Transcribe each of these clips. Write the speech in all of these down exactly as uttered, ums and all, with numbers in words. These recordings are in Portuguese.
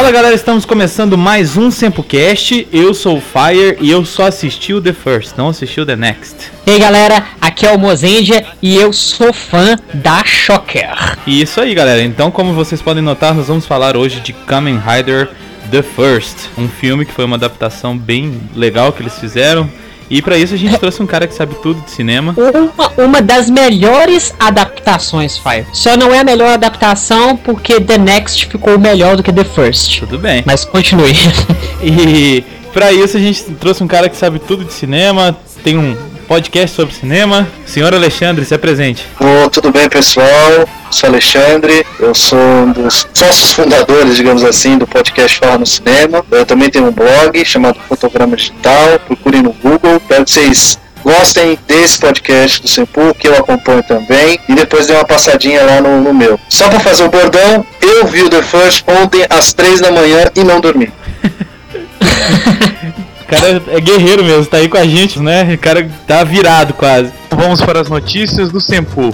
Fala galera, estamos começando mais um SempoCast. Eu sou o Fire e eu só assisti o The First, não assisti o The Next. E aí galera, aqui é o Mozendia e eu sou fã da Shocker. E isso aí galera, então como vocês podem notar, nós vamos falar hoje de Kamen Rider The First, um filme que foi uma adaptação bem legal que eles fizeram. E pra isso a gente trouxe um cara que sabe tudo de cinema. Uma, uma das melhores adaptações, Fire. Só não é a melhor adaptação porque The Next ficou melhor do que The First. Tudo bem. Mas continue. E pra isso a gente trouxe um cara que sabe tudo de cinema, tem um podcast sobre cinema. Senhor Alexandre, se apresente. Oh, tudo bem, pessoal? Sou Alexandre, eu sou um dos sócios fundadores, digamos assim, do podcast Fala no Cinema. Eu também tenho um blog chamado Fotograma Digital, procurem no Google. Espero que vocês gostem desse podcast do Sempu, que eu acompanho também, e depois dê uma passadinha lá no, no meu. Só pra fazer o bordão, eu vi o The First ontem às três da manhã e não dormi. O cara é guerreiro mesmo, tá aí com a gente, né? O cara tá virado quase. Vamos para as notícias do Sempu.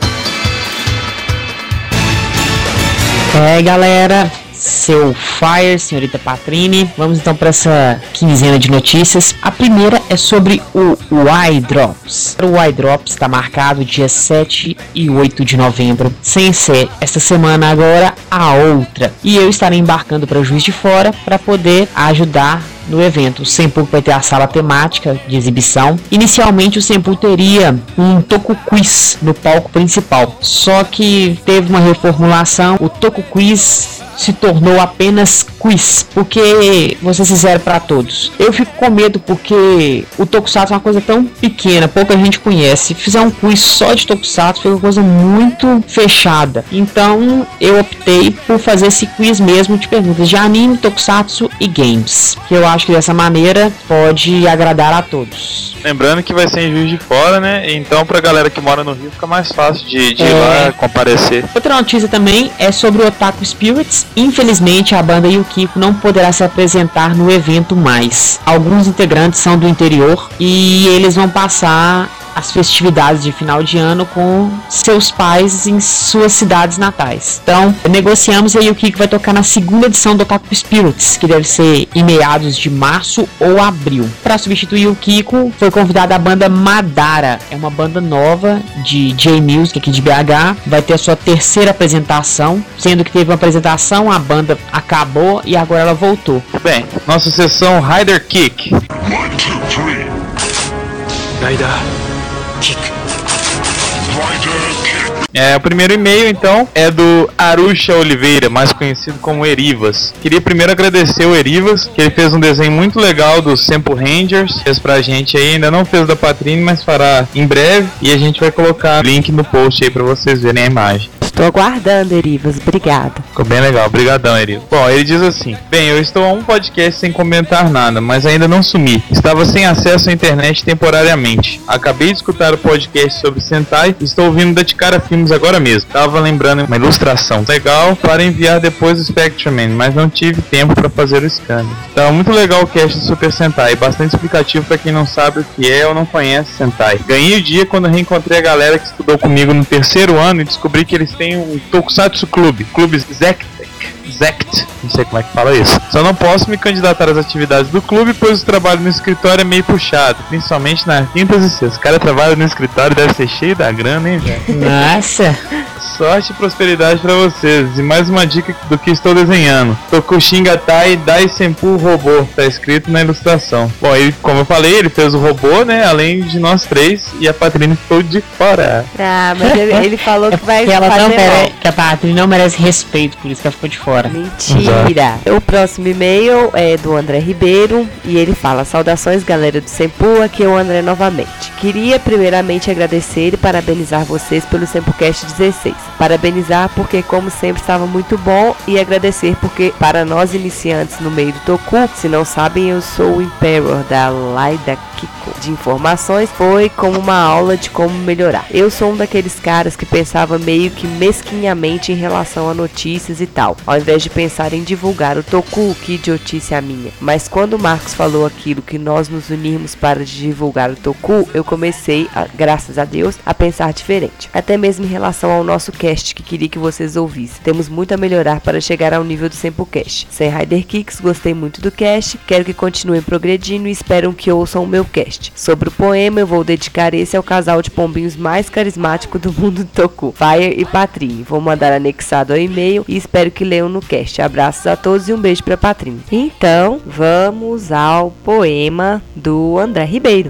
É galera, seu Fire, senhorita Patrini. Vamos então para essa quinzena de notícias. A primeira é sobre o Y Drops. O Y Drops está marcado dia sete e oito de novembro, sem ser esta semana agora a outra. E eu estarei embarcando para Juiz de Fora para poder ajudar no evento. O Sempu vai ter a sala temática de exibição. Inicialmente o Sempu teria um Toku Quiz no palco principal, só que teve uma reformulação. O Toku Quiz se tornou apenas quiz, porque vocês fizeram para todos. Eu fico com medo porque o Tokusatsu é uma coisa tão pequena, pouca gente conhece. Se fizer um quiz só de Tokusatsu fica uma coisa muito fechada. Então eu optei por fazer esse quiz mesmo de perguntas de anime, Tokusatsu e games, que eu acho que dessa maneira pode agradar a todos. Lembrando que vai ser em Juiz de Fora, né? Então pra galera que mora no Rio fica mais fácil de, de é... ir lá comparecer. Outra notícia também é sobre o Otaku Spirits. Infelizmente a banda Yukiko não poderá se apresentar no evento mais. Alguns integrantes são do interior e eles vão passar as festividades de final de ano com seus pais em suas cidades natais. Então, negociamos e a Yukiko vai tocar na segunda edição do Otaku Spirits, que deve ser em meados de março ou abril. Para substituir Yukiko, foi convidada a banda Madara. É uma banda nova de J-Music aqui de B H. Vai ter a sua terceira apresentação, sendo que teve uma apresentação, a banda acabou e agora ela voltou. Bem, nossa sessão Rider Kick. one, two, three. Rider Kick. É, o primeiro e-mail, então, é do Arusha Oliveira, mais conhecido como Erivas. Queria primeiro agradecer o Erivas, que ele fez um desenho muito legal dos Sempo Rangers, fez pra gente aí, ainda não fez da Patrini, mas fará em breve, e a gente vai colocar o link no post aí pra vocês verem a imagem. Estou aguardando, Erivas, obrigada. Ficou bem legal, obrigadão, Erivas. Bom, ele diz assim: bem, eu estou a um podcast sem comentar nada, mas ainda não sumi. Estava sem acesso à internet temporariamente. Acabei de escutar o podcast sobre Sentai e estou ouvindo da Ticara Filmes agora mesmo. Tava lembrando uma ilustração legal para enviar depois do Spectreman, mas não tive tempo para fazer o scanner. Então, muito legal o cast do Super Sentai, bastante explicativo para quem não sabe o que é ou não conhece Sentai. Ganhei o dia quando reencontrei a galera que estudou comigo no terceiro ano e descobri que eles têm um Tokusatsu Clube, Clube Zect, Zect, não sei como é que fala isso. Só não posso me candidatar às atividades do clube, pois o trabalho no escritório é meio puxado, principalmente nas quintas e sextas. O cara trabalha no escritório, deve ser cheio da grana, hein, velho? Nossa! Sorte e prosperidade pra vocês. E mais uma dica do que estou desenhando: Tokushingatai Dai Sempu Robô, tá escrito na ilustração. Bom, ele, como eu falei, ele fez o robô, né? Além de nós três, e a Patrini ficou de fora. Ah, mas ele, ele falou que vai é ela fazer não mal. merece, que a Patrini não merece respeito, por isso que ela ficou de fora. Mentira. O próximo e-mail é do André Ribeiro e ele fala: saudações galera do Sempu, aqui é o André novamente. Queria primeiramente agradecer e parabenizar vocês pelo SempuCast dezesseis. Parabenizar porque como sempre estava muito bom e agradecer porque para nós iniciantes no meio do Toku, se não sabem, eu sou o Emperor da Laida de informações foi como uma aula de como melhorar. Eu sou um daqueles caras que pensava meio que mesquinhamente em relação a notícias e tal, ao invés de pensar em divulgar o Toku, que idiotice a minha. Mas quando o Marcos falou aquilo que nós nos unirmos para divulgar o Toku, eu comecei, a, graças a Deus, a pensar diferente. Até mesmo em relação ao nosso cast, que queria que vocês ouvissem. Temos muito a melhorar para chegar ao nível do Sempocast. Sem Rider Kicks, gostei muito do cast, quero que continuem progredindo e espero que ouçam o meu cast. Sobre o poema, eu vou dedicar esse ao casal de pombinhos mais carismático do mundo do Toku, Fire e Patrine. Vou mandar anexado ao e-mail e espero que leiam no cast. Abraços a todos e um beijo para Patrine. Então, vamos ao poema do André Ribeiro.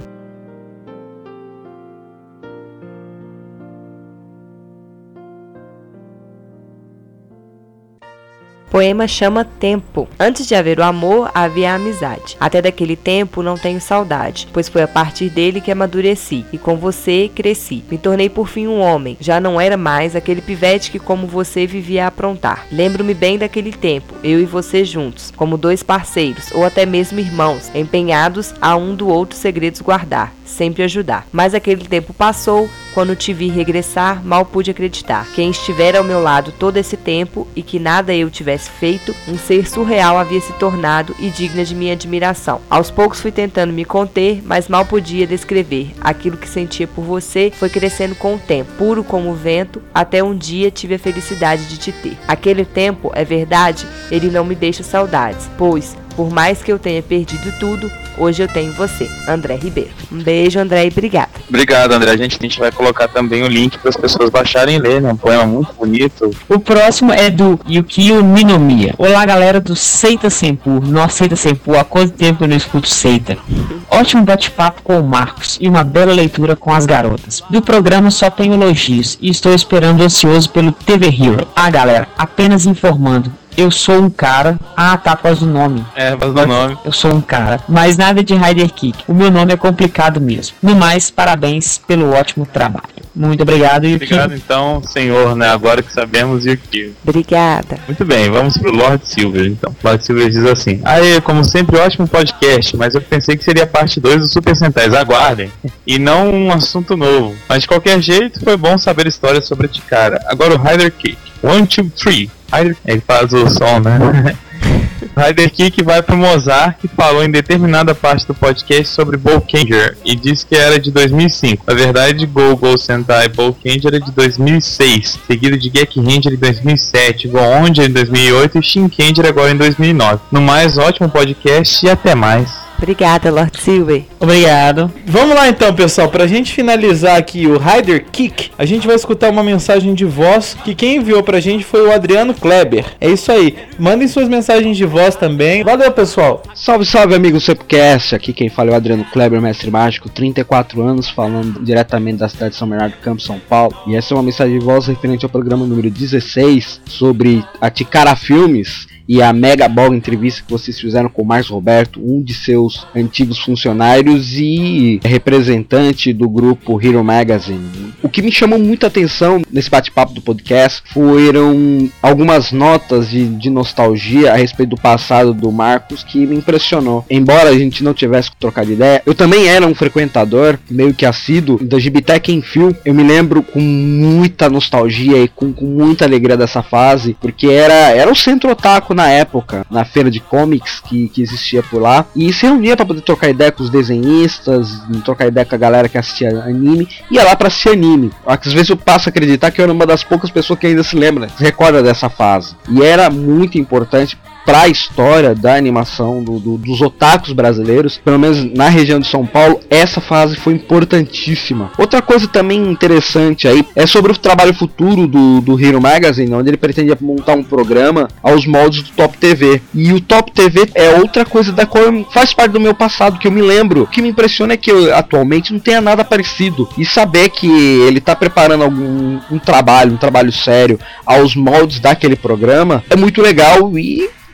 O poema chama Tempo. Antes de haver o amor, havia a amizade. Até daquele tempo não tenho saudade, pois foi a partir dele que amadureci, e com você cresci. Me tornei por fim um homem. Já não era mais aquele pivete que como você vivia a aprontar. Lembro-me bem daquele tempo, eu e você juntos, como dois parceiros, ou até mesmo irmãos, empenhados a um do outro segredos guardar, sempre ajudar. Mas aquele tempo passou, quando te vi regressar, mal pude acreditar. Quem estiver ao meu lado todo esse tempo e que nada eu tivesse feito, um ser surreal havia se tornado e digna de minha admiração. Aos poucos fui tentando me conter, mas mal podia descrever. Aquilo que sentia por você foi crescendo com o tempo, puro como o vento, até um dia tive a felicidade de te ter. Aquele tempo, é verdade, ele não me deixa saudades, pois, por mais que eu tenha perdido tudo, hoje eu tenho você, André Ribeiro. Um beijo, André, e obrigada. Obrigado, André. A gente, a gente vai colocar também o link para as pessoas baixarem e lerem. É um poema muito bonito. O próximo é do Yukio Ninomiya. Olá, galera do Seita Senpu. Nossa, Seita Senpu, há quanto tempo eu não escuto Seita? Ótimo bate-papo com o Marcos e uma bela leitura com as garotas. Do programa só tenho elogios e estou esperando ansioso pelo T V Hero. Ah, galera, apenas informando. Eu sou um cara. Ah, tá, após o nome. É, após o nome. Eu sou um cara. Mas nada de Rider Kick. O meu nome é complicado mesmo. No mais, parabéns pelo ótimo trabalho. Muito obrigado, Yukio. Obrigado, então, senhor, né? Agora que sabemos, Yukio. Obrigada. Muito bem, vamos pro Lord Silver, então. Lord Silver diz assim: aê, como sempre, ótimo podcast, mas eu pensei que seria a parte dois do Super Sentais. Aguardem. E não um assunto novo. Mas de qualquer jeito, foi bom saber histórias sobre a Chikara. Agora o Rider Kick. One, two, three. Ele faz o som, né? Rider Kick vai pro Mozart, que falou em determinada parte do podcast sobre Bolkenger e disse que era de dois mil e cinco. Na verdade, Go Go Sentai Bolkenger é de dois mil e seis, seguido de Gek Ranger em dois mil e sete, Go-Onger em dois mil e oito e Shinkenger agora em dois mil e nove. No mais, ótimo podcast e até mais. Obrigada, Lord Silver. Obrigado. Vamos lá então, pessoal, pra gente finalizar aqui o Rider Kick, a gente vai escutar uma mensagem de voz que quem enviou pra gente foi o Adriano Kleber. É isso aí, mandem suas mensagens de voz também. Valeu, pessoal. Salve, salve, amigo do Sepcast. Aqui quem fala é o Adriano Kleber, mestre mágico, trinta e quatro anos, falando diretamente da cidade de São Bernardo do Campo, São Paulo. E essa é uma mensagem de voz referente ao programa número dezesseis sobre a Chikara Filmes e a mega bola entrevista que vocês fizeram com o Marcos Roberto, um de seus antigos funcionários e representante do grupo Hero Magazine. O que me chamou muita atenção nesse bate-papo do podcast foram algumas notas de, de nostalgia a respeito do passado do Marcos que me impressionou. Embora a gente não tivesse trocado ideia, eu também era um frequentador meio que assíduo da Gibitec em Fio. Eu me lembro com muita nostalgia e com, com muita alegria dessa fase, porque era, era o centro otaku na época, na feira de comics que, que existia por lá, e se reunia para poder trocar ideia com os desenhistas, trocar ideia com a galera que assistia anime, ia lá para assistir anime. Às vezes eu passo a acreditar que eu era uma das poucas pessoas que ainda se lembra, se recorda dessa fase, e era muito importante para a história da animação do, do, dos otakus brasileiros, pelo menos na região de São Paulo, essa fase foi importantíssima. Outra coisa também interessante aí é sobre o trabalho futuro do, do Hero Magazine, onde ele pretendia montar um programa aos moldes do Top T V. E o Top T V é outra coisa da qual faz parte do meu passado, que eu me lembro. O que me impressiona é que eu, atualmente não tenha nada parecido. E saber que ele está preparando algum um trabalho, um trabalho sério aos moldes daquele programa é muito legal e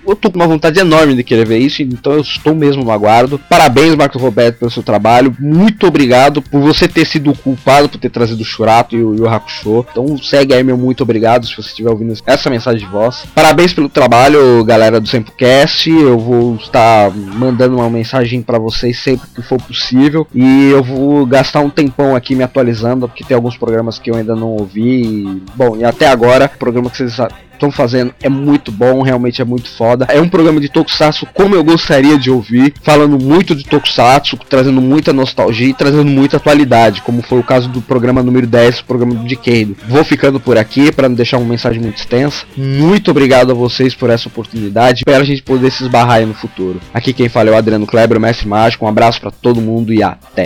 eu tô com uma vontade enorme de querer ver isso, então eu estou mesmo no aguardo. Parabéns, Marcos Roberto, pelo seu trabalho. Muito obrigado por você ter sido o culpado por ter trazido o Churato e o Yu Hakusho. Então segue aí, meu muito obrigado se você estiver ouvindo essa mensagem de voz. Parabéns pelo trabalho, galera do Sempocast. Eu vou estar mandando uma mensagem para vocês sempre que for possível. E eu vou gastar um tempão aqui me atualizando, porque tem alguns programas que eu ainda não ouvi. E, bom, e até agora, o programa que vocês estão fazendo é muito bom, realmente é muito foda. É um programa de Tokusatsu como eu gostaria de ouvir, falando muito de Tokusatsu, trazendo muita nostalgia e trazendo muita atualidade, como foi o caso do programa número dez, o programa do Decade. Vou ficando por aqui para não deixar uma mensagem muito extensa. Muito obrigado a vocês por essa oportunidade, espero a gente poder se esbarrar aí no futuro. Aqui quem fala é o Adriano Kleber, o Mestre Mágico. Um abraço para todo mundo e até.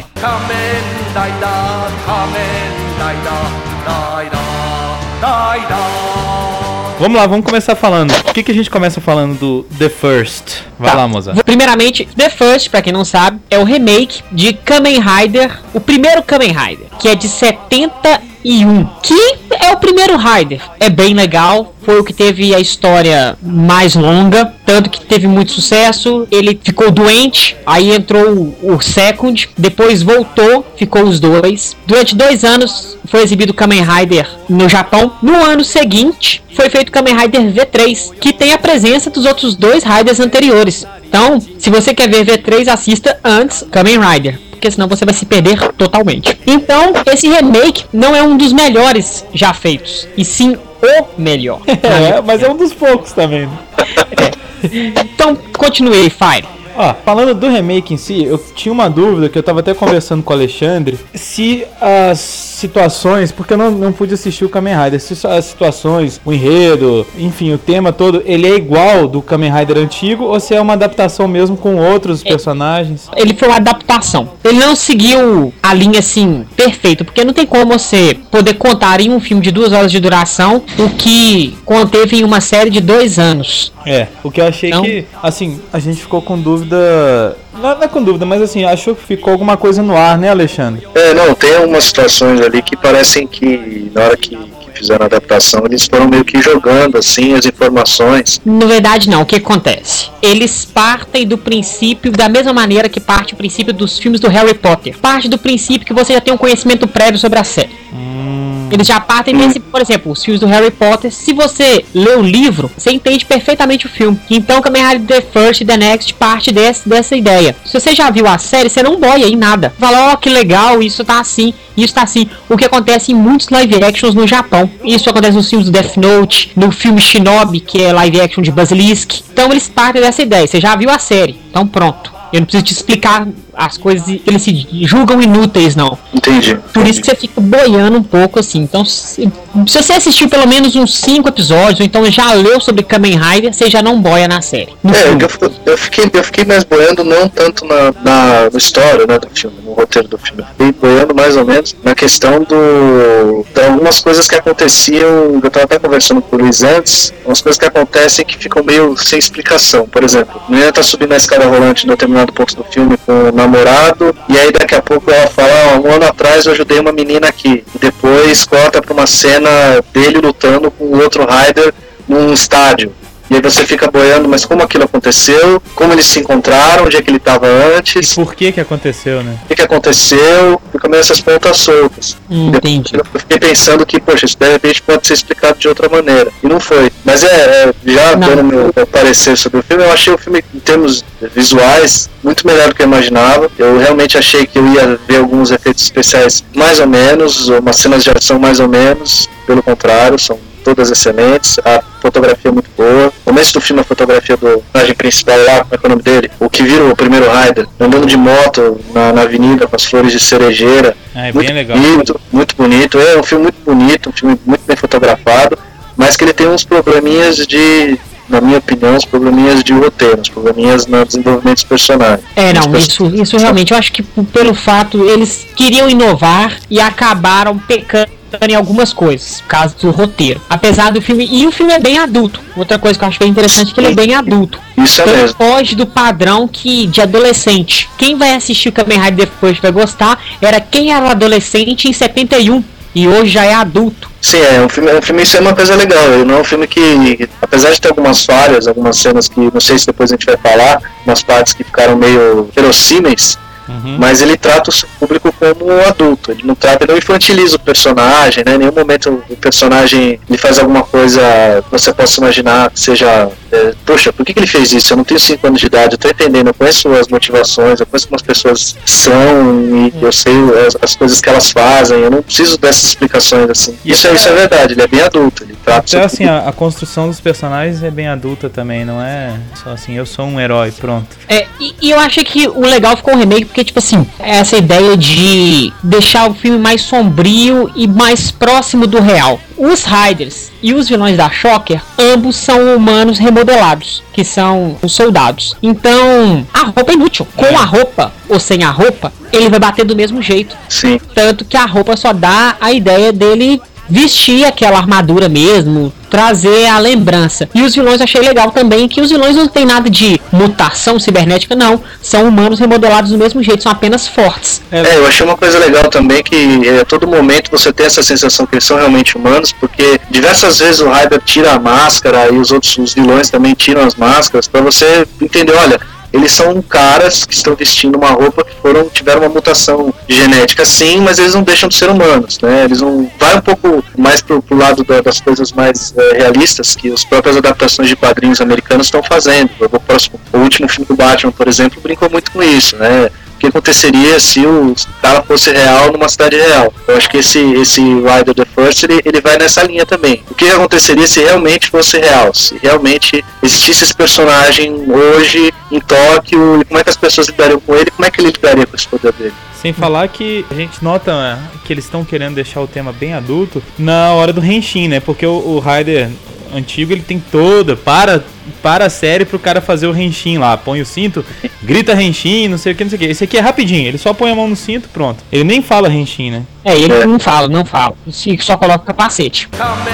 Vamos lá, vamos começar falando. O que, que a gente começa falando do The First? Vai tá. lá, moça. Primeiramente, The First, pra quem não sabe, é o remake de Kamen Rider, o primeiro Kamen Rider, que é de setenta e um, que é o primeiro Rider. É bem legal, foi o que teve a história mais longa, tanto que teve muito sucesso. Ele ficou doente, aí entrou o Second, depois voltou, ficou os dois. Durante dois anos foi exibido Kamen Rider no Japão. No ano seguinte foi feito Kamen Rider V três, que tem a presença dos outros dois Riders anteriores. Então, se você quer ver V três, assista antes Kamen Rider, porque senão você vai se perder totalmente. Então, esse remake não é um dos melhores já feitos, e sim o melhor. É, mas é um dos poucos também, né? É. Então, continuei, Fire. Ó, falando do remake em si, eu tinha uma dúvida que eu tava até conversando com o Alexandre, se as situações, porque eu não, não pude assistir o Kamen Rider, se as situações, o enredo, enfim, o tema todo, ele é igual do Kamen Rider antigo ou se é uma adaptação mesmo com outros é, personagens? Ele foi uma adaptação. Ele não seguiu a linha assim, perfeita, porque não tem como você poder contar em um filme de duas horas de duração o que conteve em uma série de dois anos. É, o que eu achei então, que, assim, a gente ficou com dúvida. Não, não é com dúvida, mas assim, achou que ficou alguma coisa no ar, né, Alexandre? É, não, tem algumas situações ali que parecem que na hora que, que fizeram a adaptação, eles foram meio que jogando, assim, as informações. Na verdade, não, o que acontece? Eles partem do princípio, da mesma maneira que parte o princípio dos filmes do Harry Potter. Parte do princípio que você já tem um conhecimento prévio sobre a série. Hum. Eles já partem desse, por exemplo, os filmes do Harry Potter. Se você lê o livro, você entende perfeitamente o filme. Então, Kamen Rider The First e The Next parte desse, dessa ideia. Se você já viu a série, você não boia em nada. Fala, ó, oh, que legal, isso tá assim, isso tá assim. O que acontece em muitos live actions no Japão. Isso acontece nos filmes do Death Note, no filme Shinobi, que é live action de Basilisk. Então, eles partem dessa ideia. Você já viu a série, então pronto. Eu não preciso te explicar as coisas que eles se julgam inúteis, não. Entendi. Por isso que você fica boiando um pouco, assim. Então, se, se você assistiu pelo menos uns cinco episódios, ou então já leu sobre Kamen Rider, você já não boia na série. É, eu, eu, fiquei, eu fiquei mais boiando não tanto na, na, na história, né, do filme, no roteiro do filme. Eu fiquei boiando mais ou menos na questão do... de algumas coisas que aconteciam, eu tava até conversando com o Luiz antes, umas coisas que acontecem que ficam meio sem explicação. Por exemplo, a menina tá subindo a escada rolante em determinado ponto do filme com o namorado, e aí daqui a pouco ela fala, ah, um ano atrás eu ajudei uma menina aqui. E depois corta pra uma cena dele lutando com o outro Rider num estádio. E aí você fica boiando, mas como aquilo aconteceu? Como eles se encontraram? Onde é que ele estava antes? E por que que aconteceu, né? O que que aconteceu? Fica meio essas pontas soltas. Hum, entendi. Eu fiquei pensando que, poxa, isso de repente pode ser explicado de outra maneira. E não foi. Mas é, é já não. Dando meu, meu parecer sobre o filme, eu achei o filme, em termos visuais, muito melhor do que eu imaginava. Eu realmente achei que eu ia ver alguns efeitos especiais mais ou menos, umas cenas de ação mais ou menos. Pelo contrário, são todas excelentes, a fotografia é muito boa. No começo do filme, a fotografia do personagem principal lá, como é que é o nome dele? O que vira o primeiro Rider, andando de moto na, na avenida com as flores de cerejeira. É, muito bem legal. Bonito, muito bonito. É um filme muito bonito, um filme muito bem fotografado, mas que ele tem uns probleminhas de, na minha opinião, uns probleminhas de roteiro, uns probleminhas no desenvolvimento dos personagens. É, não, isso, isso realmente, eu acho que pelo fato, eles queriam inovar e acabaram pecando em algumas coisas, por causa do roteiro. Apesar do filme, e o filme é bem adulto. Outra coisa que eu acho bem interessante é que ele é bem adulto. Isso é então mesmo. Foge do padrão que de adolescente. Quem vai assistir o Kamen Rider depois vai gostar era quem era adolescente em setenta e um. e hoje já é adulto. Sim, é um filme, é um filme, isso é uma coisa legal, não é um filme que, apesar de ter algumas falhas, algumas cenas que não sei se depois a gente vai falar, umas partes que ficaram meio verossímeis, uhum. Mas ele trata o seu público como um adulto, ele não trata, ele não infantiliza o personagem, né? Em nenhum momento o personagem ele faz alguma coisa que você possa imaginar que seja, é, poxa, por que, que ele fez isso? Eu não tenho cinco anos de idade, eu tô entendendo, eu conheço as motivações, eu conheço como as pessoas são, e eu sei as, as coisas que elas fazem, eu não preciso dessas explicações assim. Isso é, isso é verdade, ele é bem adulto, ele trata Então assim, a, a construção dos personagens é bem adulta também, não é só assim, eu sou um herói, pronto. É, e, e eu achei que o legal ficou o remake, porque tipo assim, essa ideia de deixar o filme mais sombrio e mais próximo do real. Os Riders e os vilões da Shocker, ambos são humanos remodelados, que são os soldados. Então, a roupa é inútil. Com a roupa ou sem a roupa, ele vai bater do mesmo jeito. Sim. Tanto que a roupa só dá a ideia dele vestir aquela armadura mesmo, trazer a lembrança. E os vilões, achei legal também que os vilões não tem nada de mutação cibernética, não. São humanos remodelados do mesmo jeito, são apenas fortes. É, eu achei uma coisa legal também que a é, todo momento você tem essa sensação que eles são realmente humanos, porque diversas vezes o Ryder tira a máscara e os outros os vilões também tiram as máscaras, pra você entender, olha, eles são caras que estão vestindo uma roupa que foram, tiveram uma mutação genética, sim, mas eles não deixam de ser humanos, né? Eles não vai um pouco mais pro, pro lado da, das coisas mais é, realistas que as próprias adaptações de quadrinhos americanos estão fazendo. O, próximo, o último filme do Batman, por exemplo, brincou muito com isso, né? O que aconteceria se o cara fosse real numa cidade real? Eu acho que esse, esse Rider the First, ele, ele vai nessa linha também. O que aconteceria se realmente fosse real? Se realmente existisse esse personagem hoje em Tóquio, e como é que as pessoas lidariam com ele? Como é que ele lidaria com esse poder dele? Sem falar que a gente nota que eles estão querendo deixar o tema bem adulto na hora do Henshin, né? Porque o, o Rider antigo, ele tem toda, para, para a série pro cara fazer o Henshin lá, põe o cinto, grita Henshin, não sei o que, não sei o que. Esse aqui é rapidinho, ele só põe a mão no cinto, pronto. Ele nem fala Henshin, né? É, ele não fala, não fala. Ele só coloca o capacete.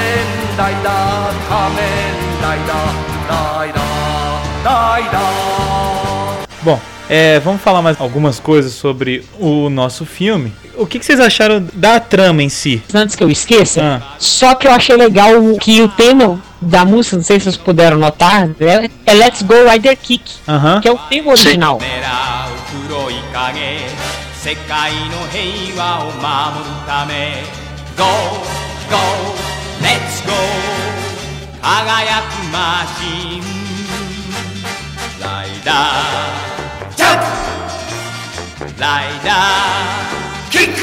Bom, é, vamos falar mais algumas coisas sobre o nosso filme. O que, que vocês acharam da trama em si? Antes que eu esqueça, ah. só que eu achei legal que o tema da música, não sei se vocês puderam notar, é, é Let's Go Rider Kick, uh-huh. que é o tema original. Kick!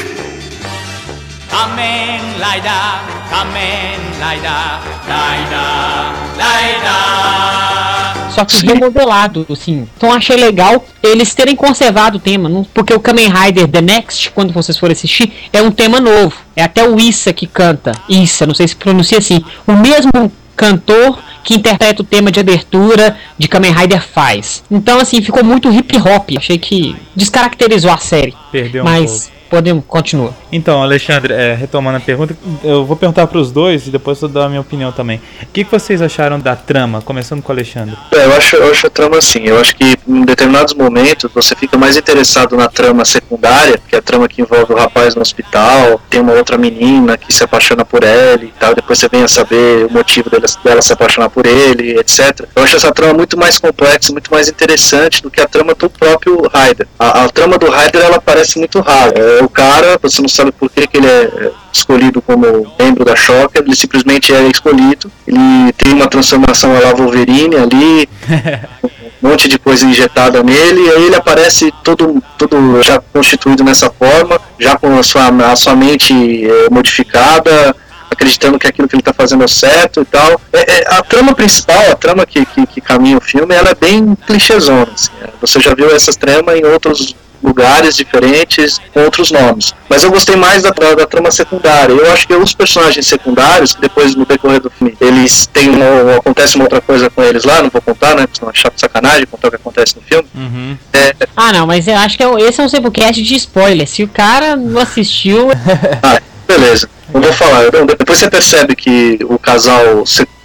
Kamen Rider, Kamen Rider, Rider, Rider. Só que remodelado, assim. Então achei legal eles terem conservado o tema, não, porque o Kamen Rider The Next, quando vocês forem assistir, é um tema novo. É até o Issa que canta. Issa, não sei se pronuncia assim. O mesmo cantor que interpreta o tema de abertura de Kamen Rider faz. Então, assim, ficou muito hip hop. Achei que descaracterizou a série. Perdeu um Mas pouco. Podemos, continua. Então, Alexandre, é, retomando a pergunta, eu vou perguntar para os dois e depois eu dou a minha opinião também. O que, que vocês acharam da trama? Começando com o Alexandre. É, eu acho, eu acho a trama assim, eu acho que em determinados momentos você fica mais interessado na trama secundária, que é a trama que envolve o rapaz no hospital, tem uma outra menina que se apaixona por ele e tal, depois você vem a saber o motivo dela, dela se apaixonar por ele, etcétera. Eu acho essa trama muito mais complexa, muito mais interessante do que a trama do próprio Rider. A, a trama do Rider, ela parece muito rara. É, o cara, você não sabe por que, que ele é escolhido como membro da Shocker, ele simplesmente é escolhido, ele tem uma transformação à la Wolverine ali, um monte de coisa injetada nele, e aí ele aparece todo, todo já constituído nessa forma, já com a sua, a sua mente é, modificada, acreditando que aquilo que ele está fazendo é certo e tal. É, é, a trama principal, a trama que, que, que caminha o filme, ela é bem clichêzona, assim, é. Você já viu essa trama em outros lugares diferentes, com outros nomes. Mas eu gostei mais da, da, da trama secundária. Eu acho que os personagens secundários, que depois no decorrer do filme, eles têm uma, acontece uma outra coisa com eles lá, não vou contar, né? Porque senão é chato de sacanagem contar o que acontece no filme. Uhum. É, ah, não, mas eu acho que esse é um Samplecast de spoiler. Se o cara não assistiu... ah, beleza. Não vou falar. Depois você percebe que o casal,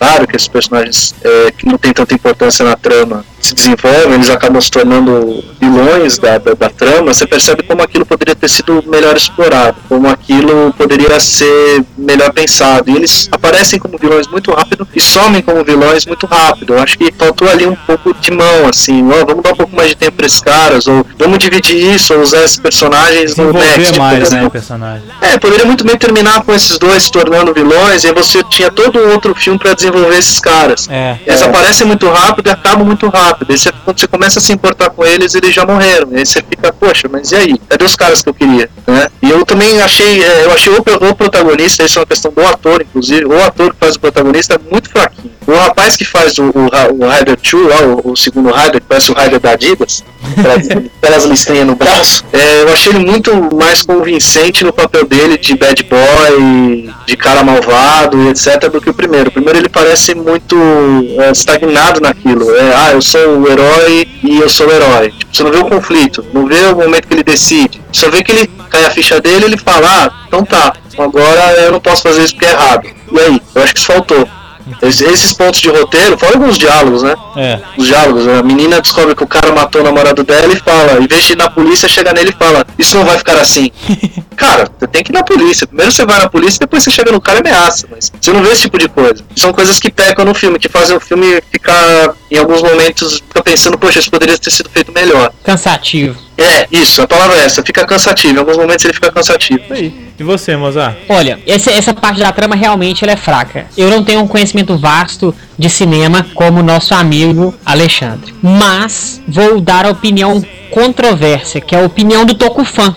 secundário, que esses personagens é, que não tem tanta importância na trama se desenvolvem, eles acabam se tornando vilões da, da, da trama, você percebe como aquilo poderia ter sido melhor explorado, como aquilo poderia ser melhor pensado, e eles aparecem como vilões muito rápido e somem como vilões muito rápido. Eu acho que faltou ali um pouco de mão, assim, ó, vamos dar um pouco mais de tempo para esses caras, ou vamos dividir isso, ou usar esses personagens no next, mais, né, o personagem. É, poderia muito bem terminar com esses dois se tornando vilões, e aí você tinha todo um outro filme para desenvolver esses caras. É. Eles é. aparecem muito rápido e acabam muito rápido. E você, quando você começa a se importar com eles, eles já morreram. E aí você fica, poxa, mas e aí? Cadê os caras que eu queria? Né? E eu também achei, eu achei o, o protagonista, isso é uma questão do ator, inclusive, o ator que faz o protagonista é muito fraquinho. O rapaz que faz o, o, o Raider dois, lá, o, o segundo Raider, que parece o Raider da Adidas, pelas listrinhas no braço, é, eu achei ele muito mais convincente no papel dele de bad boy, de cara malvado e etcétera do que o primeiro. O primeiro ele parece muito é, estagnado naquilo. É, ah, eu sou o herói e eu sou o herói. Tipo, você não vê o conflito, não vê o momento que ele decide. Só vê que ele cai a ficha dele e ele fala, ah, então tá, agora eu não posso fazer isso porque é errado. E aí? Eu acho que isso faltou. Esses pontos de roteiro, fora alguns diálogos, né? É. Os diálogos, a menina descobre que o cara matou o namorado dela e fala, em vez de ir na polícia, chega nele e fala, isso não vai ficar assim. Cara, você tem que ir na polícia. Primeiro você vai na polícia, depois você chega no cara e ameaça. Mas você não vê esse tipo de coisa. São coisas que pecam no filme, que fazem o filme ficar, em alguns momentos, fica pensando, poxa, isso poderia ter sido feito melhor. Cansativo. É, isso, a palavra é essa, fica cansativo. Em alguns momentos ele fica cansativo. Aí. E você, Mozart? Olha, essa, essa parte da trama realmente ela é fraca. Eu não tenho um conhecimento vasto de cinema como nosso amigo Alexandre. Mas vou dar a opinião controvérsia, que é a opinião do Tokufan.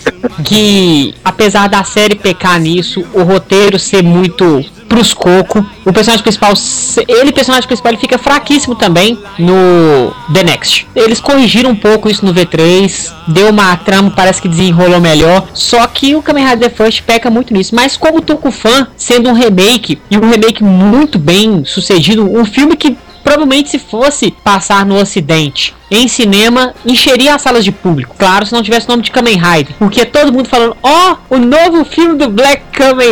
Que, apesar da série pecar nisso, o roteiro ser muito pros coco, o personagem principal, ele, personagem principal, ele fica fraquíssimo também no The Next. Eles corrigiram um pouco isso no V três, deu uma trama, parece que desenrolou melhor, só que o Kamen Rider The First peca muito nisso. Mas como Tokufan, sendo um remake, e um remake muito bem sucedido, um filme que provavelmente se fosse passar no ocidente em cinema, encheria as salas de público. Claro, se não tivesse o nome de Kamen Rider, porque todo mundo falando, ó, oh, o novo filme do Black Kamen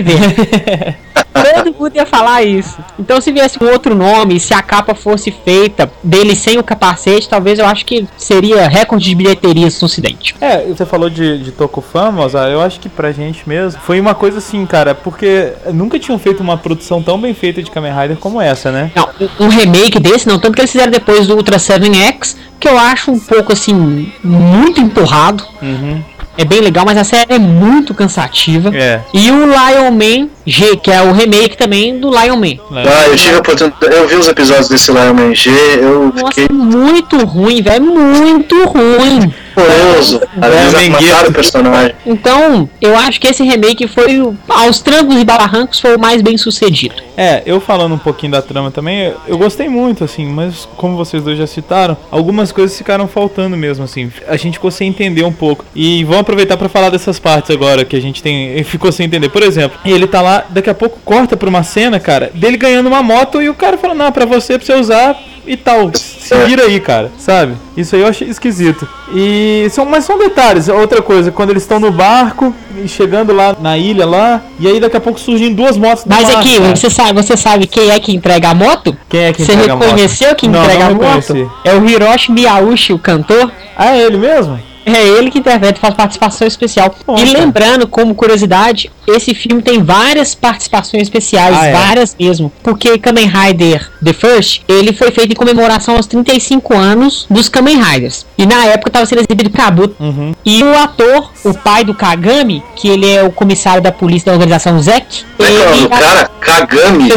Rider. Todo mundo ia falar isso. Então se viesse um outro nome, se a capa fosse feita dele sem o capacete, talvez eu acho que seria recorde de bilheterias no ocidente. É, você falou de, de Tokufan, Mozart, eu acho que pra gente mesmo foi uma coisa assim, cara, porque nunca tinham feito uma produção tão bem feita de Kamen Rider como essa, né? Não, um remake desse não, tanto que eles fizeram depois do Ultra sete X, que eu acho um pouco assim, muito empurrado. Uhum. É bem legal, mas a série é muito cansativa. É. E o Lion Man G, que é o remake também do Lion Man. Ah, eu tive a oportunidade, eu vi os episódios desse Lion Man G, eu Nossa, fiquei... muito ruim, velho, muito ruim. Horroroso. Eles mataram o personagem. Então, eu acho que esse remake foi, aos trancos e barrancos, foi o mais bem sucedido. É, eu falando um pouquinho da trama também, eu gostei muito, assim, mas como vocês dois já citaram, algumas coisas ficaram faltando mesmo, assim. A gente ficou sem entender um pouco. E vamos aproveitar pra falar dessas partes agora que a gente tem, ficou sem entender. Por exemplo, ele tá lá, daqui a pouco corta pra uma cena, cara, dele ganhando uma moto e o cara falando, não, pra você, pra você usar e tal. Se vira aí, cara, sabe? Isso aí eu achei esquisito. E são, mas são detalhes. Outra coisa, quando eles estão no barco e chegando lá na ilha lá, e aí daqui a pouco surgem duas motos do Mas mar, aqui, cara. você sabe, você sabe quem é que entrega a moto? Quem é que você entrega a moto? Você reconheceu quem não, entrega não a moto? reconheci. É o Hiroshi Miyauchi, o cantor. Ah, é ele mesmo? É ele que interpreta, faz participação especial. Nossa. E lembrando, como curiosidade, esse filme tem várias participações especiais, ah, é? várias mesmo. Porque Kamen Rider The First, ele foi feito em comemoração aos trinta e cinco anos dos Kamen Riders. E na época estava sendo exibido em Kabuto. Uhum. E o ator, o pai do Kagami, que ele é o comissário da polícia da organização Z E C. Ele... O cara, Kagami.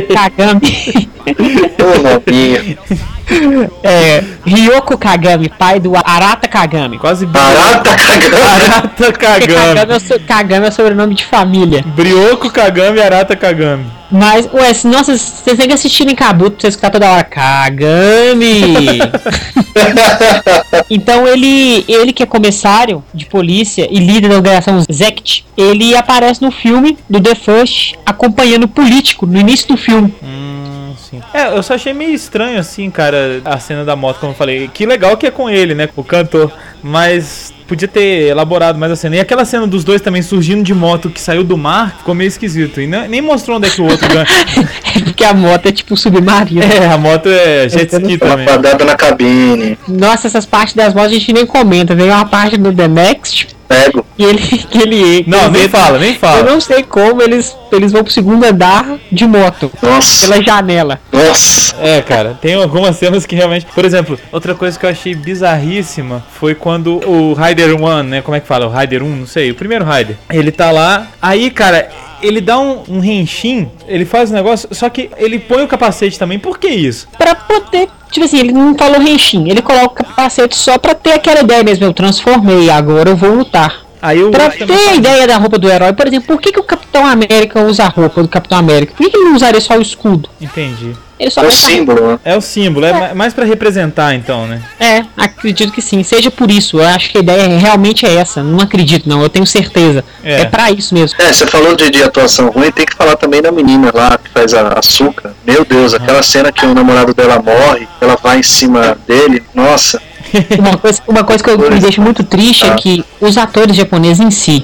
Kagami. Ô, novinho. É, Ryoko Kagami, pai do Arata Kagami. Quase Arata Kagami. Arata Kagami. Kagami, é o, so, Kagami é o sobrenome de família. Brioco Kagami, Arata Kagami. Mas, ué, nossa, vocês têm que assistir em Kabuto pra você escutar toda hora Kagami. Então ele, ele que é comissário de polícia e líder da organização Z E C, ele aparece no filme do The First acompanhando o político no início do filme. Hum, sim. É, eu só achei meio estranho assim, cara, a cena da moto, como eu falei. Que legal que é com ele, né, o cantor, mas podia ter elaborado mais a cena. E aquela cena dos dois também surgindo de moto que saiu do mar, ficou meio esquisito. E não, nem mostrou onde é que o outro ganha. porque a moto é tipo submarino. É, a moto é jet ski Uma também. quadrada na cabine. Nossa, essas partes das motos a gente nem comenta. Vem uma parte do The Next Pego. e ele, que ele. Não, ele nem entra- fala, nem Eu fala. não sei como eles, eles vão pro segundo andar de moto. Nossa. Pela janela. Nossa. É, cara, tem algumas cenas que realmente... Por exemplo, outra coisa que eu achei bizarríssima foi quando o Rider One, né? Como é que fala? O Rider um, não sei. O primeiro Rider. Ele tá lá. Aí, cara... Ele dá um, um renchim, ele faz um negócio, só que ele põe o capacete também. Por que isso? Pra poder. Tipo assim, ele não falou renchim. Ele coloca o capacete só pra ter aquela ideia mesmo. Eu transformei, agora eu vou lutar. Aí o Pra outro também ter a faz- ideia da roupa do herói, por exemplo, por que, que o Capitão América usa a roupa do Capitão América? Por que, que ele não usaria só o escudo? Entendi. Ele só É o mete a símbolo, né? É o símbolo, é ma- mais pra representar então, né? É, acredito que sim. Seja por isso. Eu acho que a ideia realmente é essa. Não acredito, não. Eu tenho certeza. É. É, pra isso mesmo. É, você falou de, de atuação ruim, tem que falar também da menina lá que faz a açúcar. Meu Deus, aquela cena que o namorado dela morre, ela vai em cima dele, nossa. Uma coisa, uma coisa que eu me deixa muito triste é que os atores japoneses em si,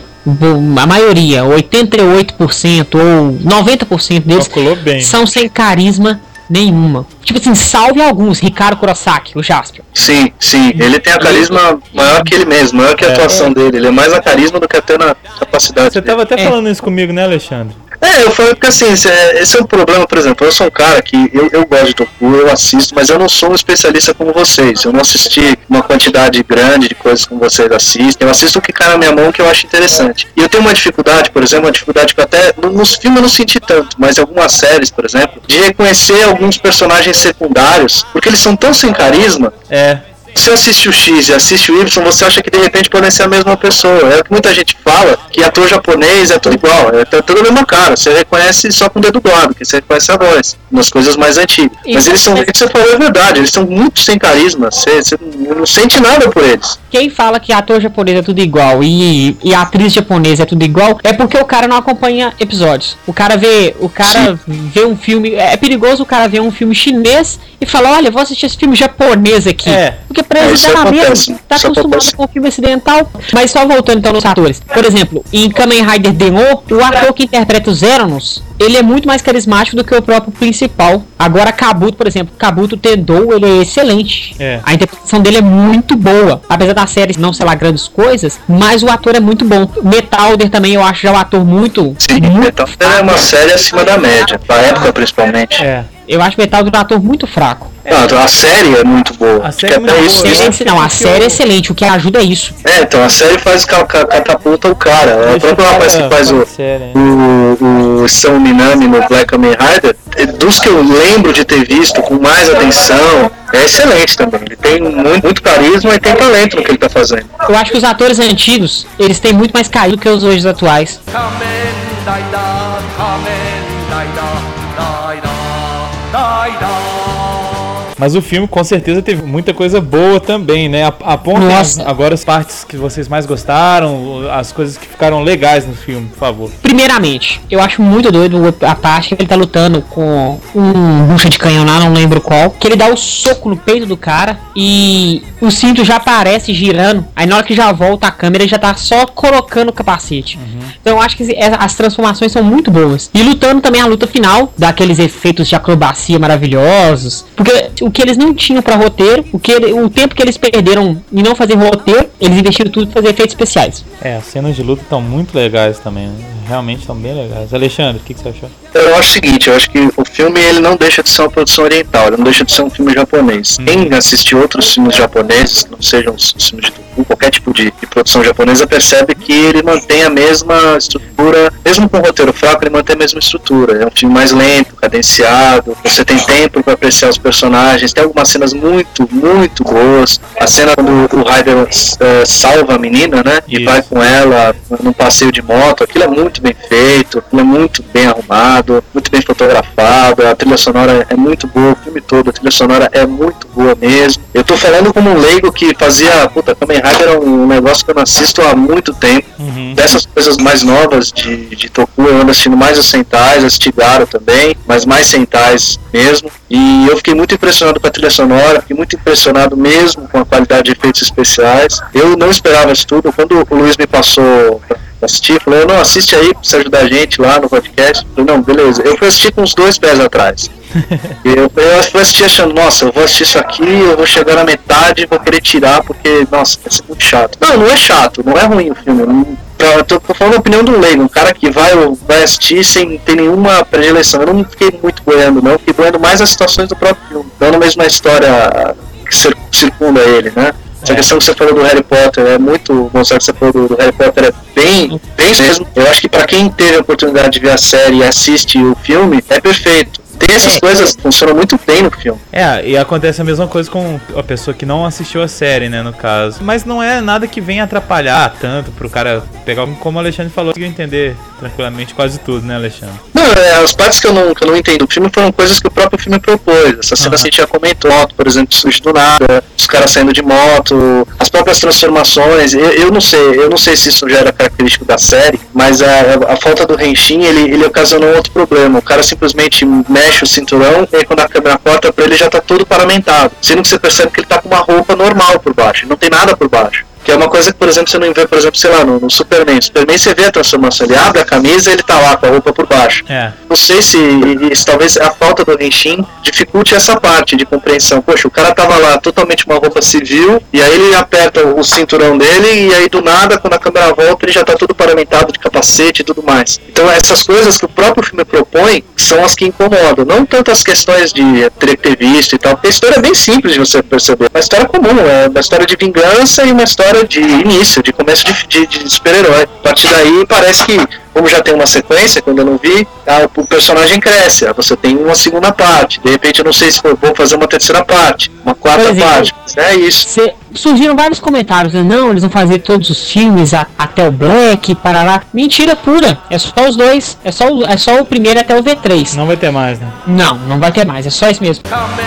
a maioria, oitenta e oito por cento ou noventa por cento deles, Calculou bem. são sem carisma nenhuma. Tipo assim, salve alguns. Ricardo Kurosaki, o Jaspion. Sim, sim, ele tem a carisma maior que ele mesmo, maior que a É. atuação dele. Ele é mais a carisma do que até na capacidade Você dele. tava até É. falando isso comigo, né, Alexandre? É, eu falei porque assim, esse é, esse é um problema, por exemplo, eu sou um cara que eu, eu gosto de Toku, eu assisto, mas eu não sou um especialista como vocês. Eu não assisti uma quantidade grande de coisas como vocês assistem. Eu assisto o que cai na minha mão que eu acho interessante. E eu tenho uma dificuldade, por exemplo, uma dificuldade que eu até no- nos filmes eu não senti tanto, mas em algumas séries, por exemplo, de reconhecer alguns personagens secundários, porque eles são tão sem carisma. É. Você assiste o X e assiste o Y, você acha que de repente podem ser a mesma pessoa. É o que muita gente fala, que ator japonês é tudo igual, é t- tudo a mesma cara. Você reconhece só com o dedo do lado, que você reconhece a voz, nas coisas mais antigas. E Mas eles são, você- o que você falou é verdade, eles são muito sem carisma, você, você não sente nada por eles. Quem fala que ator japonês é tudo igual e, e atriz japonesa é tudo igual é porque o cara não acompanha episódios. O cara vê, o cara vê um filme, é perigoso o cara ver um filme chinês e falar, olha, vou assistir esse filme japonês aqui. É. Porque pra É, eles isso dá na acontece, mesma, tá isso acostumado acontece. com o filme ocidental. Mas só voltando então nos atores. Por exemplo, em Kamen Rider Denô, o ator que interpreta os Zeranos, ele é muito mais carismático do que o próprio principal. Agora Kabuto, por exemplo, Kabuto Tendou, ele é excelente. É. A interpretação dele é muito boa. Apesar da série não ser lá grandes coisas, mas o ator é muito bom. Metalder também eu acho já um ator muito, Sim, muito então é uma série acima da média, pra época principalmente. É. Eu acho Metalder um ator muito fraco. Não, a série é muito boa. A série Que é muito até boa, isso, né? isso- Excelente, não, a série é excelente. O que ajuda é isso. É, então a série faz ca- ca- catapulta o cara. É o Deixa próprio eu rapaz falar- que faz falar o, sério, hein? o, o São Minami no Black Kamen Rider, é, dos que eu lembro de ter visto com mais atenção, é excelente também. Ele tem muito, muito carisma e tem talento no que ele tá fazendo. Eu acho que os atores antigos, eles têm muito mais carinho do que os hoje atuais. Kamen Rider, Kamen Rider, Rider, Rider. Mas o filme com certeza teve muita coisa boa também, né? A- Apontem Nossa. agora as partes que vocês mais gostaram, as coisas que ficaram legais no filme, por favor. Primeiramente, eu acho muito doido a parte que ele tá lutando com um bucha de canhão lá, não lembro qual, que ele dá o soco no peito do cara e o cinto já aparece girando, aí na hora que já volta a câmera ele já tá só colocando o capacete. Então eu acho que esse- as transformações são muito boas. E lutando também a luta final, daqueles efeitos de acrobacia maravilhosos, porque o que eles não tinham pra roteiro, o, que ele- o tempo que eles perderam em não fazer roteiro, eles investiram tudo pra fazer efeitos especiais. É, as cenas de luta estão muito legais também, né? Realmente estão bem legais. Alexandre, o que, que você achou? Eu acho o seguinte, eu acho que o filme ele não deixa de ser uma produção oriental, ele não deixa de ser um filme japonês. Quem assistir outros filmes japoneses, que não sejam os filmes de Toku, qualquer tipo de, de produção japonesa, percebe que ele mantém a mesma estrutura, mesmo com o roteiro fraco, ele mantém a mesma estrutura. É um filme mais lento, cadenciado, você tem tempo para apreciar os personagens, tem algumas cenas muito, muito boas. A cena quando o Ryder eh, salva a menina, né, e Isso. vai com ela num passeio de moto, aquilo é muito bem feito, aquilo é muito bem arrumado, muito bem fotografado, a trilha sonora é muito boa, o filme todo, a trilha sonora é muito boa mesmo. Eu tô falando como um leigo que fazia, puta, Kamen Rider é um negócio que eu não assisto há muito tempo. Uhum. Dessas coisas mais novas de, de Toku, eu ando assistindo mais os Sentais, assisti Garo também, mas mais Sentais mesmo. E eu fiquei muito impressionado com a trilha sonora, fiquei muito impressionado mesmo com a qualidade de efeitos especiais. Eu não esperava isso tudo. Quando o Luiz me passou assistir, falou, eu não, assiste aí pra você ajudar a gente lá no podcast. Eu falei, não, beleza. Eu fui assistir com os dois pés atrás. eu, eu fui assistir achando, nossa, eu vou assistir isso aqui, eu vou chegar na metade e vou querer tirar, porque, nossa, vai ser muito chato. Não, não é chato, não é ruim o filme. Não, eu tô, tô falando a opinião do leigo, um cara que vai, vai assistir sem ter nenhuma predileção. Eu não fiquei muito boiando, não, fiquei boiando mais as situações do próprio filme, não na mesma história que circunda ele, né? Essa é. questão que você falou do Harry Potter é muito bom, sabe que você falou do, do Harry Potter é bem, bem mesmo. Eu acho que pra quem teve a oportunidade de ver a série e assiste o filme, é perfeito. Tem essas é, coisas que funcionam muito bem no filme. É, e acontece a mesma coisa com a pessoa que não assistiu a série, né, no caso. Mas não é nada que venha atrapalhar tanto pro cara pegar, como o Alexandre falou, conseguiu entender tranquilamente quase tudo, né, Alexandre? Não, é, as partes que eu não, que eu não entendo do filme foram coisas que o próprio filme propôs. Essa cena uhum. que a gente já comentou, por exemplo, surge do nada, os caras saindo de moto, as próprias transformações. Eu, eu não sei, eu não sei se isso já era característico da série, mas a, a falta do Henshin, ele, ele ocasionou outro problema. O cara simplesmente mexe o cinturão e aí quando a câmera corta pra ele já tá todo paramentado, sendo que você percebe que ele tá com uma roupa normal por baixo, não tem nada por baixo. Que é uma coisa que, por exemplo, você não vê, por exemplo, sei lá, no, no Superman. Superman você vê a transformação, ele abre a camisa e ele tá lá com a roupa por baixo. É. Não sei se, se talvez a falta do Henshin dificulte essa parte de compreensão. Poxa, o cara tava lá totalmente uma roupa civil, e aí ele aperta o cinturão dele, e aí do nada, quando a câmera volta, ele já tá todo paramentado de capacete e tudo mais. Então essas coisas que o próprio filme propõe são as que incomodam. Não tanto as questões de ter que ter visto e tal, porque a história é bem simples de você perceber. Uma história comum, é uma história de vingança e uma história de início, de começo de, de, de super-herói. A partir daí parece que, como já tem uma sequência, quando eu não vi, ah, o personagem cresce, ah, você tem uma segunda parte, de repente eu não sei se vou fazer uma terceira parte, uma quarta exemplo, parte, é isso. Cê, surgiram vários comentários, né? Não, eles vão fazer todos os filmes a, até o Black, parará. Mentira pura, é só os dois, é só o, é só o primeiro até o V três. Não vai ter mais, né? Não, não vai ter mais, é só isso mesmo.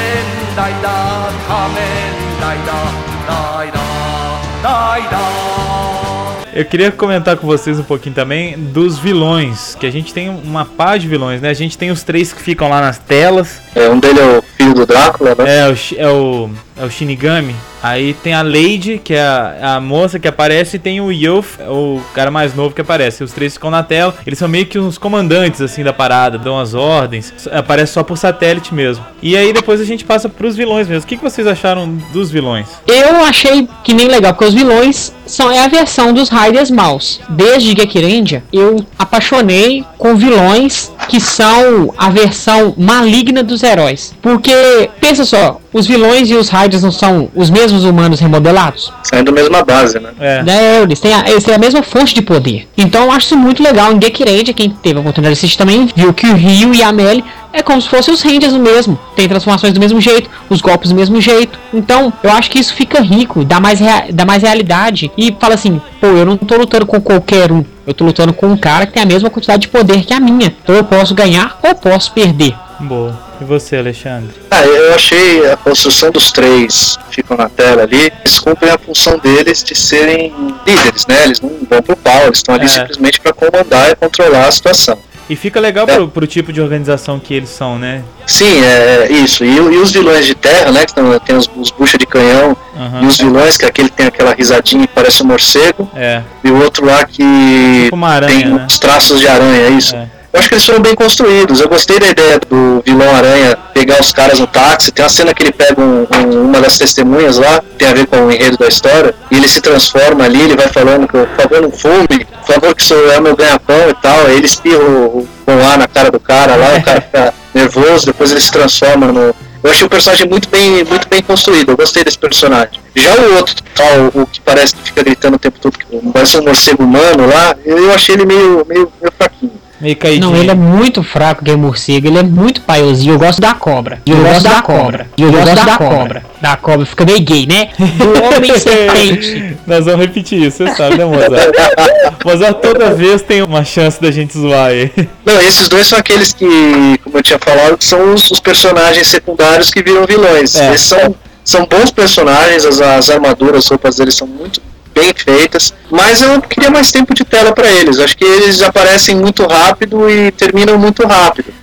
Eu queria comentar com vocês um pouquinho também dos vilões, que a gente tem uma pá de vilões, né? A gente tem os três que ficam lá nas telas. É, um deles é o filho do Drácula, né? É, o, é o, é o Shinigami. Aí tem a Lady, que é a, a moça que aparece, e tem o Youth, o cara mais novo que aparece. Os três ficam na tela, eles são meio que uns comandantes, assim, da parada, dão as ordens. Aparece só por satélite mesmo. E aí depois a gente passa pros vilões mesmo. O que, que vocês acharam dos vilões? Eu achei que nem legal, porque os vilões são é a versão dos Riders maus. Desde Gekirendia, eu apaixonei com vilões que são a versão maligna dos heróis. Porque, pensa só, os vilões e os Riders não são os mesmos humanos remodelados? Saem da mesma base, né? É. É, eles, têm a, eles têm a mesma fonte de poder. Então eu acho isso muito legal. Em Gekirendia, quem teve a oportunidade de assistir também, viu que o Ryu e a Melee é como se fossem os Rangers do mesmo. Tem transformações do mesmo jeito, os golpes do mesmo jeito. Então, eu acho que isso fica rico, dá mais, rea- dá mais realidade. E fala assim, pô, eu não tô lutando com qualquer um. Eu tô lutando com um cara que tem a mesma quantidade de poder que a minha. Então eu posso ganhar ou posso perder. Boa. E você, Alexandre? Ah, eu achei a construção dos três que ficam na tela ali, eles cumprem a função deles de serem líderes, né? Eles não vão pro pau, eles estão ali é. simplesmente para comandar e controlar a situação. E fica legal é. pro, pro tipo de organização que eles são, né? Sim, é isso. E, e os vilões de terra, né? Que tão, tem os, os bucha de canhão, uhum. E os vilões, que aquele tem aquela risadinha que parece um morcego. É. E o outro lá que tipo uma aranha, tem né? Os traços de aranha, é isso. É. Eu acho que eles foram bem construídos. Eu gostei da ideia do vilão aranha pegar os caras no táxi. Tem uma cena que ele pega um, um, uma das testemunhas lá, tem a ver com o enredo da história, e ele se transforma ali, ele vai falando que, por favor, não fume, por favor, que sou é meu ganha-pão e tal. Aí ele espirra o com ar na cara do cara lá, o cara fica nervoso, depois ele se transforma no... Eu achei o personagem muito bem, muito bem construído, eu gostei desse personagem. Já o outro, tal, o que parece que fica gritando o tempo todo, que parece um morcego humano lá, eu achei ele meio, meio, meio fraquinho. Meio caidinho. Não, ele é muito fraco, que é morcego, ele é muito paiozinho. Eu gosto da cobra. Eu, eu gosto da, da cobra. cobra. Eu, eu gosto da, da cobra. cobra. Da cobra fica meio gay, né? Do homem serpente. Nós vamos repetir isso, você sabe, né, Mozart? Mozart toda vez tem uma chance da gente zoar aí. Não, esses dois são aqueles que, como eu tinha falado, que são os, os personagens secundários que viram vilões. É. Eles são, são bons personagens, as, as armaduras, as roupas deles são muito bem feitas, mas eu queria mais tempo de tela para eles. Acho que eles aparecem muito rápido e terminam muito rápido.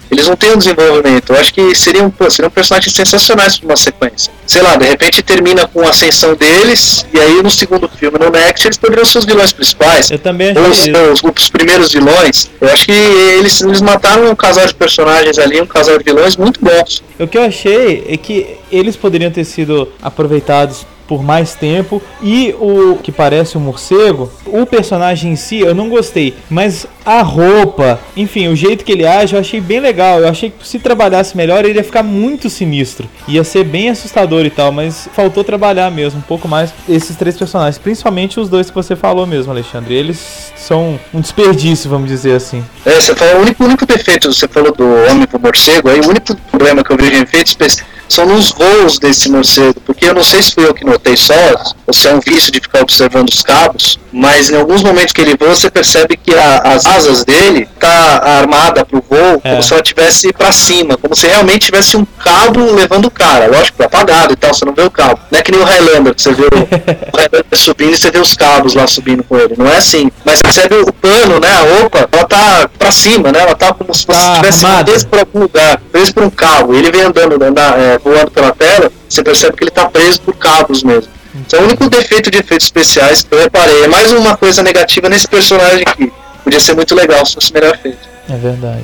Eles não têm um desenvolvimento. Eu acho que seriam, pô, seriam personagens sensacionais para uma sequência. Sei lá, de repente termina com a ascensão deles, e aí no segundo filme, no Next, eles poderiam ser os vilões principais. Eu também ou achei os, os, os primeiros vilões. Eu acho que eles, eles mataram um casal de personagens ali, um casal de vilões muito bons. O que eu achei é que eles poderiam ter sido aproveitados por mais tempo, e o que parece um morcego, o personagem em si eu não gostei, mas a roupa, enfim, o jeito que ele age eu achei bem legal. Eu achei que se trabalhasse melhor ele ia ficar muito sinistro, ia ser bem assustador e tal, mas faltou trabalhar mesmo um pouco mais esses três personagens, principalmente os dois que você falou mesmo, Alexandre. Eles são um desperdício, vamos dizer assim. É, você falou, o único, o único defeito, você falou do homem pro morcego, aí o único problema que eu vejo em efeitos especiais são nos voos desse morcego, porque eu não sei se fui eu que notei só, ou se é um vício de ficar observando os cabos, mas em alguns momentos que ele voa, você percebe que a, as asas dele tá armada pro voo, é. como se ela estivesse pra cima, como se realmente tivesse um cabo levando o cara, lógico, apagado e tal, você não vê o cabo. Não é que nem o Highlander, que você vê o, o Highlander subindo e você vê os cabos lá subindo com ele, não é assim. Mas você percebe o pano, né, a roupa, ela tá pra cima, né, ela tá como se você estivesse tá preso por algum lugar, preso por um cabo, e ele vem andando, andar, é, voando pela tela, você percebe que ele tá preso por cabos mesmo. Então, o único defeito de efeitos especiais que eu reparei é mais uma coisa negativa nesse personagem aqui. Podia ser muito legal se fosse melhor feito. É verdade.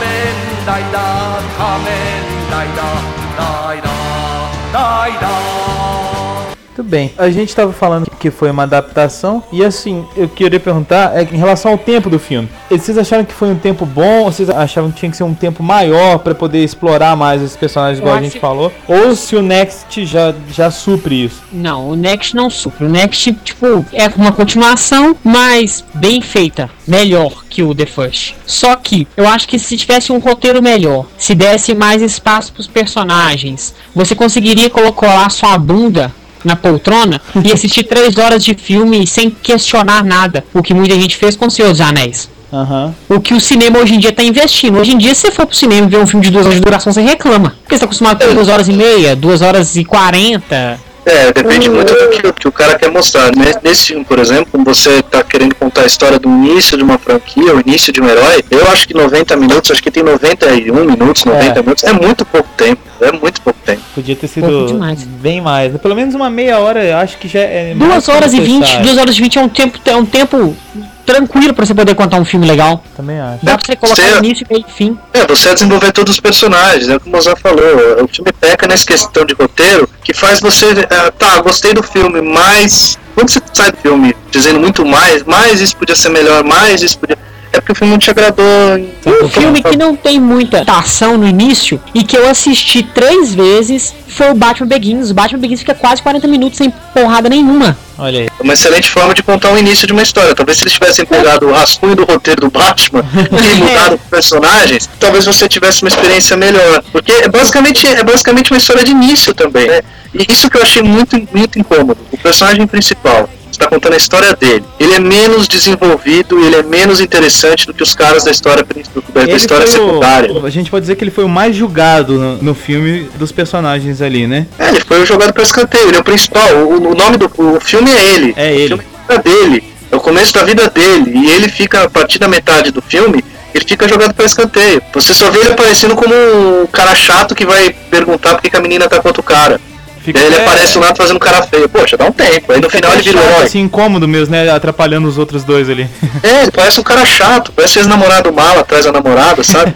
Muito bem, a gente estava falando que foi uma adaptação, e assim, eu queria perguntar é, em relação ao tempo do filme. Vocês acharam que foi um tempo bom, ou vocês achavam que tinha que ser um tempo maior para poder explorar mais esses personagens, igual a gente falou? Ou se o Next já, já supre isso? Não, o Next não supre. O Next, tipo, é uma continuação, mas bem feita, melhor que o The First. Só que, eu acho que se tivesse um roteiro melhor, se desse mais espaço pros personagens, você conseguiria colocar lá sua bunda na poltrona e assistir três horas de filme sem questionar nada, o que muita gente fez com Senhor dos Anéis. Uhum. O que o cinema hoje em dia está investindo. Hoje em dia, se você for pro cinema e ver um filme de duas horas de duração, você reclama, porque você está acostumado com duas horas e meia, duas horas e quarenta. É, depende muito do que, que o cara quer mostrar. Nesse filme, por exemplo, como você tá querendo contar a história do início de uma franquia, o início de um herói, eu acho que noventa minutos, acho que tem noventa e um minutos, noventa é. minutos, é muito pouco tempo, é muito pouco tempo. Podia ter sido bem mais, pelo menos uma meia hora, eu acho que já é duas horas e vinte, duas horas e vinte é um tempo, é um tempo tranquilo pra você poder contar um filme legal. Também acho. Dá pra você colocar você, início, meio e fim. É, você desenvolver todos os personagens, é como o Mozart falou. O filme peca nessa questão de roteiro, que faz você, uh, tá, gostei do filme, mas quando você sai do filme dizendo muito mais, mais isso podia ser melhor, mais isso podia... É porque o filme não te agradou. Um filme que não tem muita ação no início e que eu assisti três vezes foi o Batman Begins. O Batman Begins fica quase quarenta minutos sem porrada nenhuma. Olha aí. É uma excelente forma de contar o início de uma história. Talvez se eles tivessem pegado o rascunho do roteiro do Batman e mudado os personagens, talvez você tivesse uma experiência melhor. Porque é basicamente, é basicamente uma história de início também, né? E isso que eu achei muito, muito incômodo. O personagem principal está contando a história dele. Ele é menos desenvolvido, ele é menos interessante do que os caras da história da, da história secundária. O, a gente pode dizer que ele foi o mais julgado no, no filme dos personagens ali, né? É, ele foi jogado para escanteio, ele é o principal. O, o nome do o filme é ele. É ele. O filme é dele. É o começo da vida dele. E ele fica, a partir da metade do filme, ele fica jogado para escanteio. Você só vê ele aparecendo como um cara chato que vai perguntar por que a menina tá com outro cara. Fica, ele é... aparece lá fazendo cara feio. Poxa, dá um tempo. Aí no final ele vira o herói. Assim, incômodo mesmo, né? Atrapalhando os outros dois ali. É, ele parece um cara chato. Parece ex-namorado mala atrás da namorada, sabe?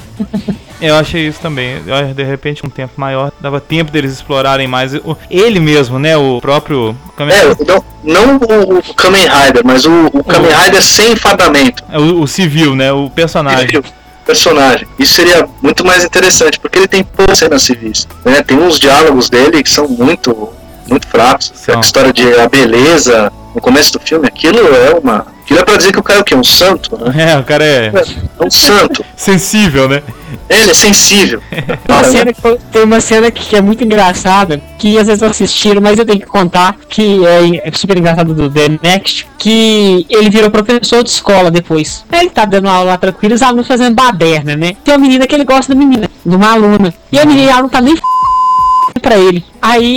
Eu achei isso também. De repente, um tempo maior, dava tempo deles explorarem mais ele mesmo, né? O próprio Kamen Rider. É, não, não o, o Kamen Rider, mas o, o Kamen Rider sem enfadamento. É o, o civil, né? O personagem. Civil. Personagem. Isso seria muito mais interessante, porque ele tem poucas cenas civis, né? Tem uns diálogos dele que são muito, muito fracos. São. A história de a beleza no começo do filme, aquilo é uma... Aquilo é pra dizer que o cara é o quê? Um santo? Né? É, o cara é... É um santo. Sensível, né? Ele é sensível. Uma cena que foi, tem uma cena que é muito engraçada, que às vezes eu assistiram, mas eu tenho que contar, que é, é super engraçado do The Next, que ele virou professor de escola depois. Ele tá dando aula lá tranquilo, os alunos fazendo baderna, né? Tem uma menina que ele gosta da menina, de uma aluna. E a menina ela não tá nem f... pra ele. Aí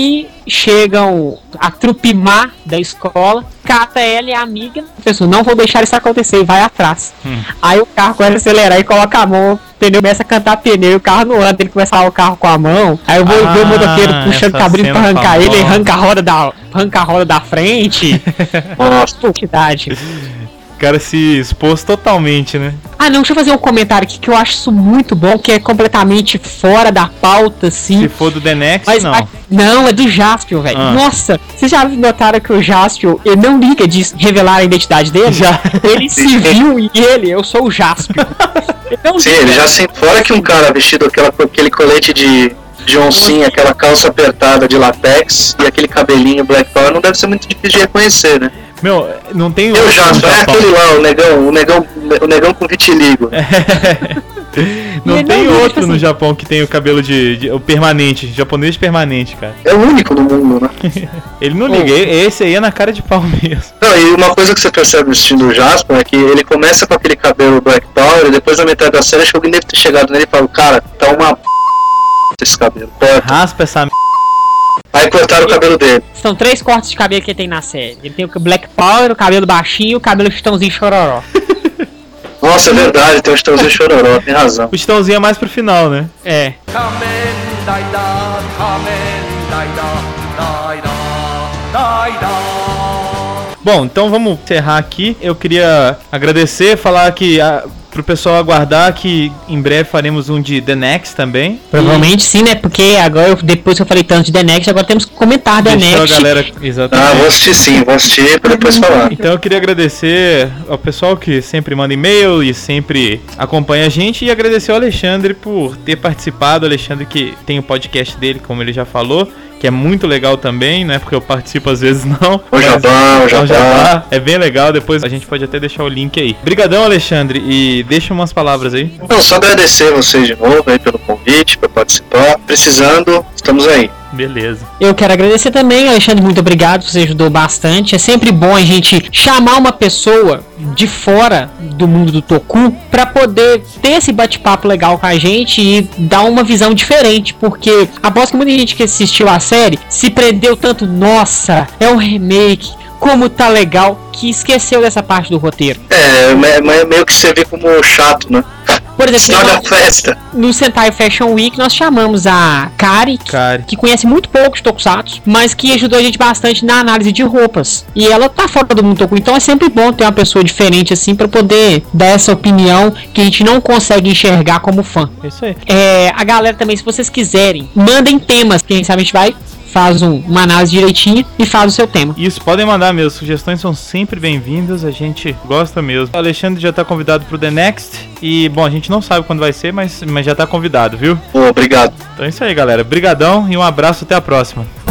chegam a trupe má da escola, cata ela e a amiga, pessoal, não vou deixar isso acontecer, e vai atrás. Hum. Aí o carro começa a acelerar e coloca a mão, entendeu? Começa a cantar pneu e o carro não anda, ele começa a lavar o carro com a mão. Aí eu vou ah, ver o motoqueiro puxando o cabrinho pra arrancar famosa. Ele, arranca a roda da, arranca a roda da frente. Nossa, estupidez. O cara se expôs totalmente, né? Ah, não, deixa eu fazer um comentário aqui que eu acho isso muito bom, que é completamente fora da pauta, assim. Se for do The Next, mas, não. Mas, não, é do Jaspion, velho. Ah. Nossa, vocês já notaram que o Jaspion, ele não liga de revelar a identidade dele? Já. Ele se viu e ele, eu sou o Jaspion. Ele Sim, ele já se... Fora que um cara vestido aquela, aquele colete de... de oncinha, aquela calça apertada de latex e aquele cabelinho Black Power, não deve ser muito difícil de reconhecer, né? Meu, não tem Eu já, é aquele lá, o negão, o negão, o negão com vitiligo. Não e tem não, outro tipo no assim... Japão que tem o cabelo de, de o permanente, japonês permanente, cara. É o único do mundo, né? Ele não liga, esse aí é na cara de pau mesmo. Não, e uma coisa que você percebe no estilo do Jasper é que ele começa com aquele cabelo Black Power e depois na metade da série acho que alguém deve ter chegado nele e falado, cara, tá uma p... esse cabelo. Corta. Raspa essa m... Aí cortaram o cabelo dele. São três cortes de cabelo que ele tem na série. Ele tem o Black Power, o cabelo baixinho e o cabelo chitãozinho chororó. Nossa, é verdade, tem o chitãozinho chororó, tem razão. O chitãozinho é mais pro final, né? É. Bom, então vamos encerrar aqui. Eu queria agradecer, falar que... A... pro pessoal aguardar que em breve faremos um de The Next também. Provavelmente e... sim, né? Porque agora, eu, depois que eu falei tanto de The Next, agora temos que comentar The Deixou Next. A galera... Exatamente. Ah, vou assistir sim, vou assistir pra depois falar. Então eu queria agradecer ao pessoal que sempre manda e-mail e sempre acompanha a gente, e agradecer ao Alexandre por ter participado. O Alexandre que tem o podcast dele, como ele já falou, que é muito legal também, né? Porque eu participo às vezes não. O Jabá, o Jabá. É bem legal, depois a gente pode até deixar o link aí. Brigadão, Alexandre, e deixa umas palavras aí. Não, só agradecer vocês de novo aí pelo convite, para participar. Precisando, estamos aí. Beleza. Eu quero agradecer também, Alexandre, muito obrigado, você ajudou bastante. É sempre bom a gente chamar uma pessoa de fora do mundo do Toku pra poder ter esse bate-papo legal com a gente e dar uma visão diferente, porque aposto que muita gente que assistiu a série se prendeu tanto, nossa, é um remake, como tá legal, que esqueceu dessa parte do roteiro. É, mas meio que você vê como chato, né? Por exemplo, nós, festa. no Sentai Fashion Week nós chamamos a Kari, Kari, que conhece muito pouco de Tokusatsu, mas que ajudou a gente bastante na análise de roupas. E ela tá fora do mundo Toku, então é sempre bom ter uma pessoa diferente assim pra poder dar essa opinião que a gente não consegue enxergar como fã. Isso aí. É, a galera também, se vocês quiserem, mandem temas, quem sabe a gente vai... faz um, uma análise direitinha e faz o seu tema. Isso, podem mandar mesmo, sugestões são sempre bem-vindas, a gente gosta mesmo. O Alexandre já tá convidado pro The Next e, bom, a gente não sabe quando vai ser, mas, mas já tá convidado, viu? Oh, obrigado. Então é isso aí, galera. Brigadão e um abraço, até a próxima.